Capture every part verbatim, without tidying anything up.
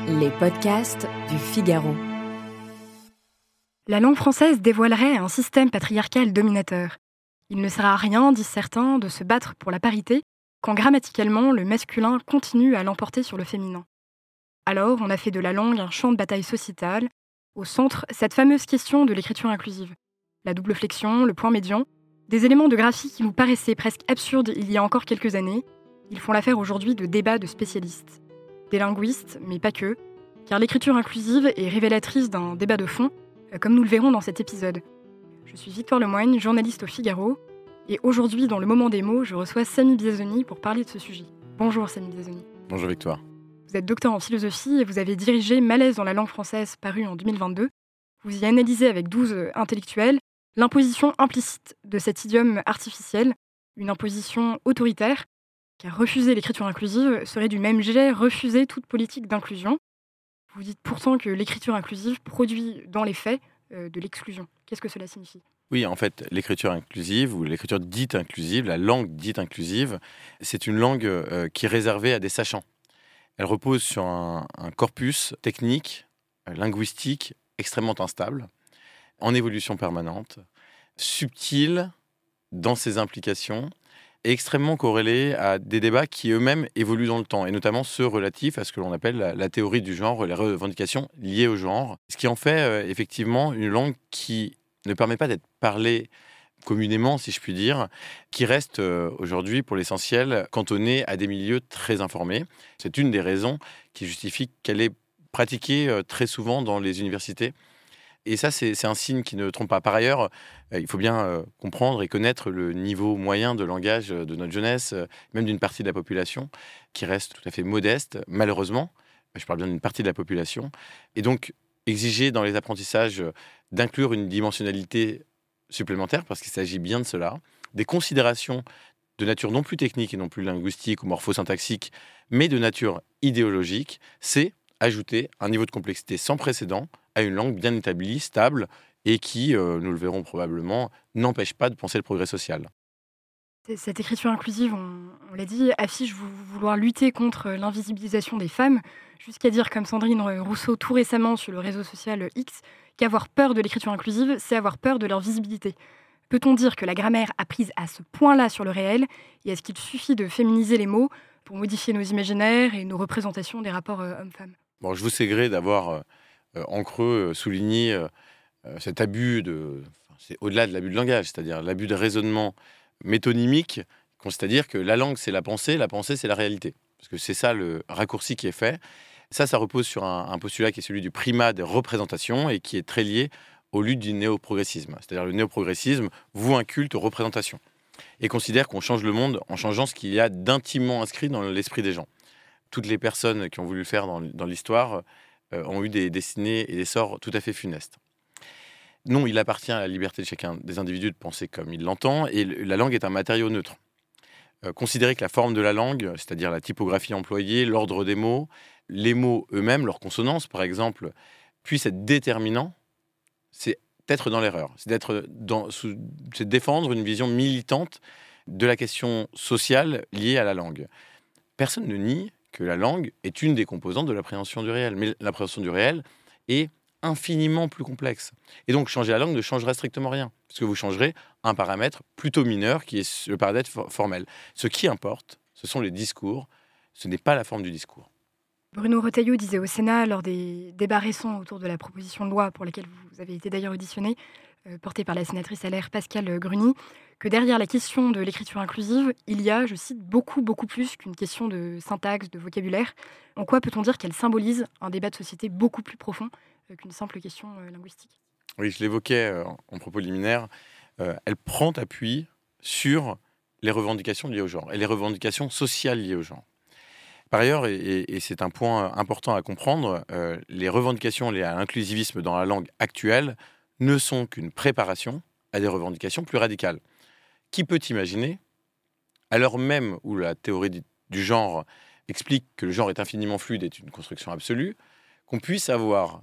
Les podcasts du Figaro. La langue française dévoilerait un système patriarcal dominateur. Il ne sert à rien, disent certains, de se battre pour la parité, quand grammaticalement le masculin continue à l'emporter sur le féminin. Alors, on a fait de la langue un champ de bataille sociétal, au centre, cette fameuse question de l'écriture inclusive. La double flexion, le point médian, des éléments de graphie qui nous paraissaient presque absurdes il y a encore quelques années, ils font l'affaire aujourd'hui de débats de spécialistes. Des linguistes, mais pas que, car l'écriture inclusive est révélatrice d'un débat de fond, comme nous le verrons dans cet épisode. Je suis Victoire Lemoigne, journaliste au Figaro, et aujourd'hui, dans le moment des mots, je reçois Samy Biazoni pour parler de ce sujet. Bonjour Samy Biazoni. Bonjour Victoire. Vous êtes docteur en philosophie et vous avez dirigé Malaise dans la langue française, paru en deux mille vingt-deux. Vous y analysez avec douze intellectuels l'imposition implicite de cet idiome artificiel, une imposition autoritaire, car refuser l'écriture inclusive serait du même jet refuser toute politique d'inclusion. Vous dites pourtant que l'écriture inclusive produit dans les faits euh, de l'exclusion. Qu'est-ce que cela signifie ? Oui, en fait, l'écriture inclusive ou l'écriture dite inclusive, la langue dite inclusive, c'est une langue euh, qui est réservée à des sachants. Elle repose sur un, un corpus technique, euh, linguistique, extrêmement instable, en évolution permanente, subtil dans ses implications, et extrêmement corrélé à des débats qui eux-mêmes évoluent dans le temps, et notamment ceux relatifs à ce que l'on appelle la, la théorie du genre, les revendications liées au genre, ce qui en fait euh, effectivement une langue qui ne permet pas d'être parlée communément, si je puis dire, qui reste euh, aujourd'hui pour l'essentiel cantonnée à des milieux très informés. C'est une des raisons qui justifie qu'elle est pratiquée euh, très souvent dans les universités. Et ça, c'est, c'est un signe qui ne trompe pas. Par ailleurs, euh, il faut bien euh, comprendre et connaître le niveau moyen de langage de notre jeunesse, euh, même d'une partie de la population, qui reste tout à fait modeste, malheureusement. Je parle bien d'une partie de la population. Et donc, exiger dans les apprentissages euh, d'inclure une dimensionnalité supplémentaire, parce qu'il s'agit bien de cela, des considérations de nature non plus technique et non plus linguistique ou morphosyntaxique, mais de nature idéologique, c'est ajouter un niveau de complexité sans précédent à une langue bien établie, stable, et qui, euh, nous le verrons probablement, n'empêche pas de penser le progrès social. Cette écriture inclusive, on, on l'a dit, affiche vouloir lutter contre l'invisibilisation des femmes, jusqu'à dire, comme Sandrine Rousseau tout récemment sur le réseau social X, qu'avoir peur de l'écriture inclusive, c'est avoir peur de leur visibilité. Peut-on dire que la grammaire a prise à ce point-là sur le réel, et est-ce qu'il suffit de féminiser les mots pour modifier nos imaginaires et nos représentations des rapports euh, hommes-femmes ? Bon, je vous sais gré d'avoir euh, en creux souligné euh, cet abus de... Enfin, c'est au-delà de l'abus de langage, c'est-à-dire l'abus de raisonnement métonymique, c'est-à-dire que la langue, c'est la pensée, la pensée, c'est la réalité. Parce que c'est ça le raccourci qui est fait. Ça, ça repose sur un, un postulat qui est celui du primat des représentations et qui est très lié aux luttes du néoprogressisme. C'est-à-dire le néoprogressisme voue un culte aux représentations et considère qu'on change le monde en changeant ce qu'il y a d'intimement inscrit dans l'esprit des gens. Toutes les personnes qui ont voulu le faire dans, dans l'histoire euh, ont eu des destinées et des sorts tout à fait funestes. Non, il appartient à la liberté de chacun des individus de penser comme il l'entend, et la langue est un matériau neutre. Euh, considérer que la forme de la langue, c'est-à-dire la typographie employée, l'ordre des mots, les mots eux-mêmes, leurs consonances par exemple, puissent être déterminants, c'est être dans l'erreur. C'est, d'être dans, sous, c'est défendre une vision militante de la question sociale liée à la langue. Personne ne nie que la langue est une des composantes de l'appréhension du réel, mais l'appréhension du réel est infiniment plus complexe. Et donc, changer la langue ne changera strictement rien, parce que vous changerez un paramètre plutôt mineur, qui est le paramètre formel. Ce qui importe, ce sont les discours, ce n'est pas la forme du discours. Bruno Retailleau disait au Sénat, lors des débats récents autour de la proposition de loi pour laquelle vous avez été d'ailleurs auditionné, euh, portée par la sénatrice L R Pascale Gruny, que derrière la question de l'écriture inclusive, il y a, je cite, beaucoup, beaucoup plus qu'une question de syntaxe, de vocabulaire. En quoi peut-on dire qu'elle symbolise un débat de société beaucoup plus profond euh, qu'une simple question euh, linguistique ? Oui, je l'évoquais euh, en propos liminaire. Euh, elle prend appui sur les revendications liées au genre et les revendications sociales liées au genre. Par ailleurs, et, et, et c'est un point important à comprendre, euh, les revendications liées à l'inclusivisme dans la langue actuelle ne sont qu'une préparation à des revendications plus radicales. Qui peut imaginer, à l'heure même où la théorie du genre explique que le genre est infiniment fluide et est une construction absolue, qu'on puisse avoir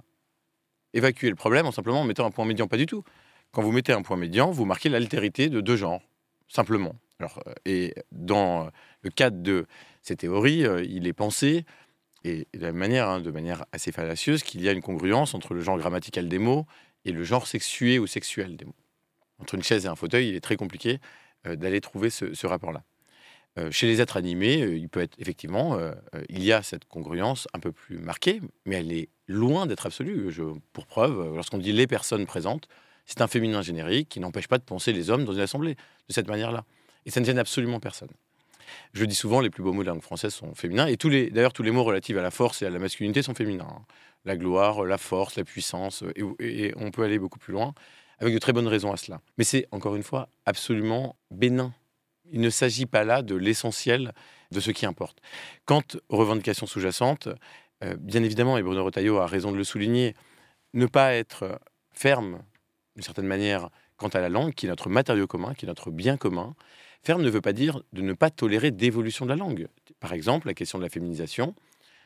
évacué le problème en simplement mettant un point médian? Pas du tout. Quand vous mettez un point médian, vous marquez l'altérité de deux genres, simplement. Alors, et dans le cadre de ces théories, il est pensé et de la même manière, hein, de manière assez fallacieuse, qu'il y a une congruence entre le genre grammatical des mots et le genre sexué ou sexuel des mots. Entre une chaise et un fauteuil, il est très compliqué euh, d'aller trouver ce, ce rapport-là. Euh, chez les êtres animés, euh, il peut être effectivement, euh, euh, il y a cette congruence un peu plus marquée, mais elle est loin d'être absolue. Je, pour preuve, euh, lorsqu'on dit les personnes présentes, c'est un féminin générique qui n'empêche pas de penser les hommes dans une assemblée de cette manière-là. Et ça ne gêne absolument personne. Je dis souvent, les plus beaux mots de la langue française sont féminins, et tous les, d'ailleurs tous les mots relatifs à la force et à la masculinité sont féminins. Hein. La gloire, la force, la puissance, et, et on peut aller beaucoup plus loin, avec de très bonnes raisons à cela. Mais c'est, encore une fois, absolument bénin. Il ne s'agit pas là de l'essentiel de ce qui importe. Quant aux revendications sous-jacentes, euh, bien évidemment, et Bruno Retailleau a raison de le souligner, ne pas être ferme, d'une certaine manière, quant à la langue, qui est notre matériau commun, qui est notre bien commun. Ferme ne veut pas dire de ne pas tolérer d'évolution de la langue. Par exemple, la question de la féminisation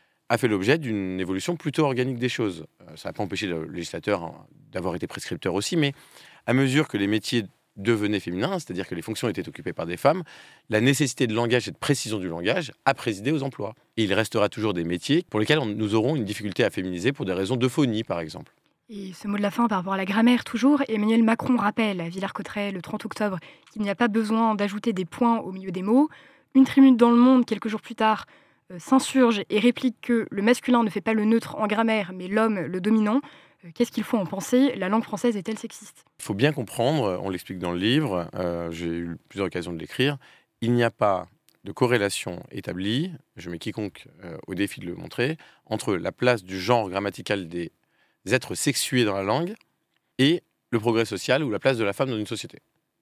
a fait l'objet d'une évolution plutôt organique des choses. Ça n'a pas empêché le législateur hein, d'avoir été prescripteur aussi, mais à mesure que les métiers devenaient féminins, c'est-à-dire que les fonctions étaient occupées par des femmes, la nécessité de langage et de précision du langage a présidé aux emplois. Et il restera toujours des métiers pour lesquels on, nous aurons une difficulté à féminiser pour des raisons d'euphonie, par exemple. Et ce mot de la fin par rapport à la grammaire, toujours, Emmanuel Macron rappelle à Villers-Cotterêts le trente octobre qu'il n'y a pas besoin d'ajouter des points au milieu des mots. Une tribune dans Le Monde, quelques jours plus tard, euh, s'insurge et réplique que le masculin ne fait pas le neutre en grammaire, mais l'homme le dominant. Euh, qu'est-ce qu'il faut en penser ? La langue française est-elle sexiste ? Il faut bien comprendre, on l'explique dans le livre, euh, j'ai eu plusieurs occasions de l'écrire, il n'y a pas de corrélation établie, je mets quiconque euh, au défi de le montrer, entre la place du genre grammatical des êtres sexués dans la langue et le progrès social ou la place de la femme dans une société.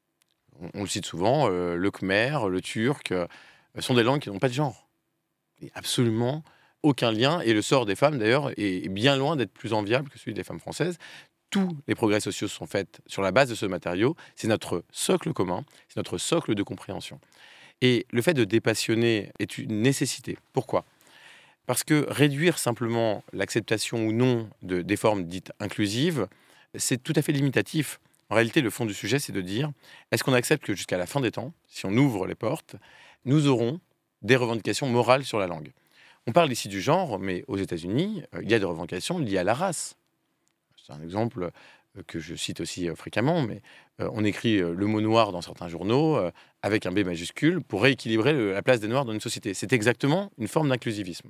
On, on le cite souvent, euh, le khmer, le turc, euh, sont des langues qui n'ont pas de genre. Et absolument aucun lien, et le sort des femmes d'ailleurs est bien loin d'être plus enviable que celui des femmes françaises. Tous les progrès sociaux sont faits sur la base de ce matériau, c'est notre socle commun, c'est notre socle de compréhension. Et le fait de dépassionner est une nécessité. Pourquoi ? Parce que réduire simplement l'acceptation ou non de, des formes dites inclusives, c'est tout à fait limitatif. En réalité, le fond du sujet, c'est de dire, est-ce qu'on accepte que jusqu'à la fin des temps, si on ouvre les portes, nous aurons des revendications morales sur la langue ? On parle ici du genre, mais aux États-Unis, euh, il y a des revendications liées à la race. C'est un exemple euh, que je cite aussi euh, fréquemment, mais euh, on écrit euh, le mot noir dans certains journaux euh, avec un B majuscule pour rééquilibrer le, la place des noirs dans une société. C'est exactement une forme d'inclusivisme.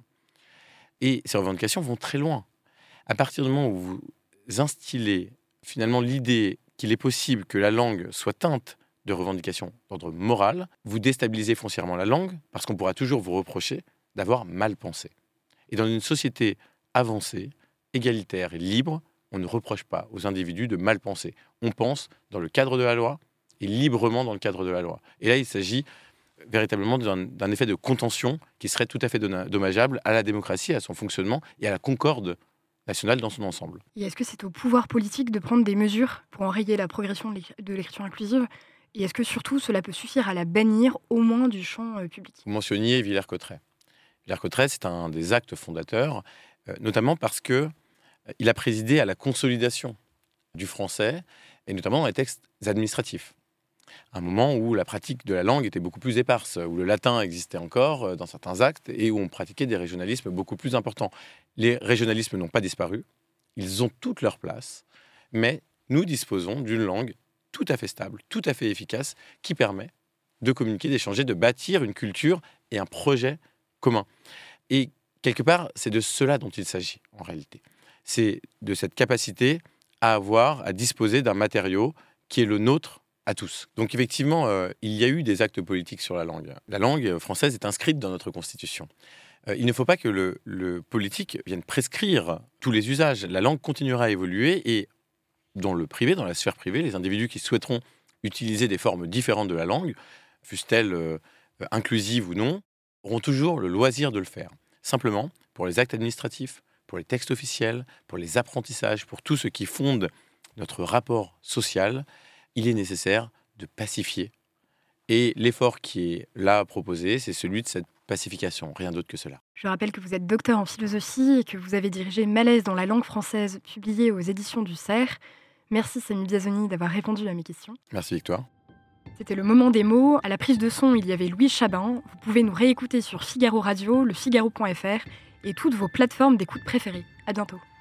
Et ces revendications vont très loin. À partir du moment où vous instillez finalement l'idée qu'il est possible que la langue soit teinte de revendications d'ordre moral, vous déstabilisez foncièrement la langue parce qu'on pourra toujours vous reprocher d'avoir mal pensé. Et dans une société avancée, égalitaire et libre, on ne reproche pas aux individus de mal penser. On pense dans le cadre de la loi et librement dans le cadre de la loi. Et là, il s'agit véritablement d'un, d'un effet de contention qui serait tout à fait dommageable à la démocratie, à son fonctionnement et à la concorde nationale dans son ensemble. Et est-ce que c'est au pouvoir politique de prendre des mesures pour enrayer la progression de l'écriture inclusive ? Et est-ce que surtout cela peut suffire à la bannir au moins du champ euh, public ? Vous mentionniez Villers-Cotterêts. Villers-Cotterêts, c'est un des actes fondateurs, euh, notamment parce qu'il euh, a présidé à la consolidation du français, et notamment dans les textes administratifs. Un moment où la pratique de la langue était beaucoup plus éparse, où le latin existait encore dans certains actes et où on pratiquait des régionalismes beaucoup plus importants. Les régionalismes n'ont pas disparu, ils ont toute leur place, mais nous disposons d'une langue tout à fait stable, tout à fait efficace, qui permet de communiquer, d'échanger, de bâtir une culture et un projet commun. Et quelque part, c'est de cela dont il s'agit en réalité. C'est de cette capacité à avoir, à disposer d'un matériau qui est le nôtre à tous. Donc effectivement, euh, il y a eu des actes politiques sur la langue. La langue française est inscrite dans notre Constitution. Euh, il ne faut pas que le, le politique vienne prescrire tous les usages. La langue continuera à évoluer et dans le privé, dans la sphère privée, les individus qui souhaiteront utiliser des formes différentes de la langue, fussent-elles euh, inclusives ou non, auront toujours le loisir de le faire. Simplement, pour les actes administratifs, pour les textes officiels, pour les apprentissages, pour tout ce qui fonde notre rapport social, il est nécessaire de pacifier. Et l'effort qui est là proposé, c'est celui de cette pacification, rien d'autre que cela. Je rappelle que vous êtes docteur en philosophie et que vous avez dirigé Malaise dans la langue française, publié aux éditions du Cerf. Merci Samy Biazoni d'avoir répondu à mes questions. Merci Victoire. C'était le moment des mots. À la prise de son, il y avait Louis Chabin. Vous pouvez nous réécouter sur Figaro Radio, le figaro point f r et toutes vos plateformes d'écoute préférées. À bientôt.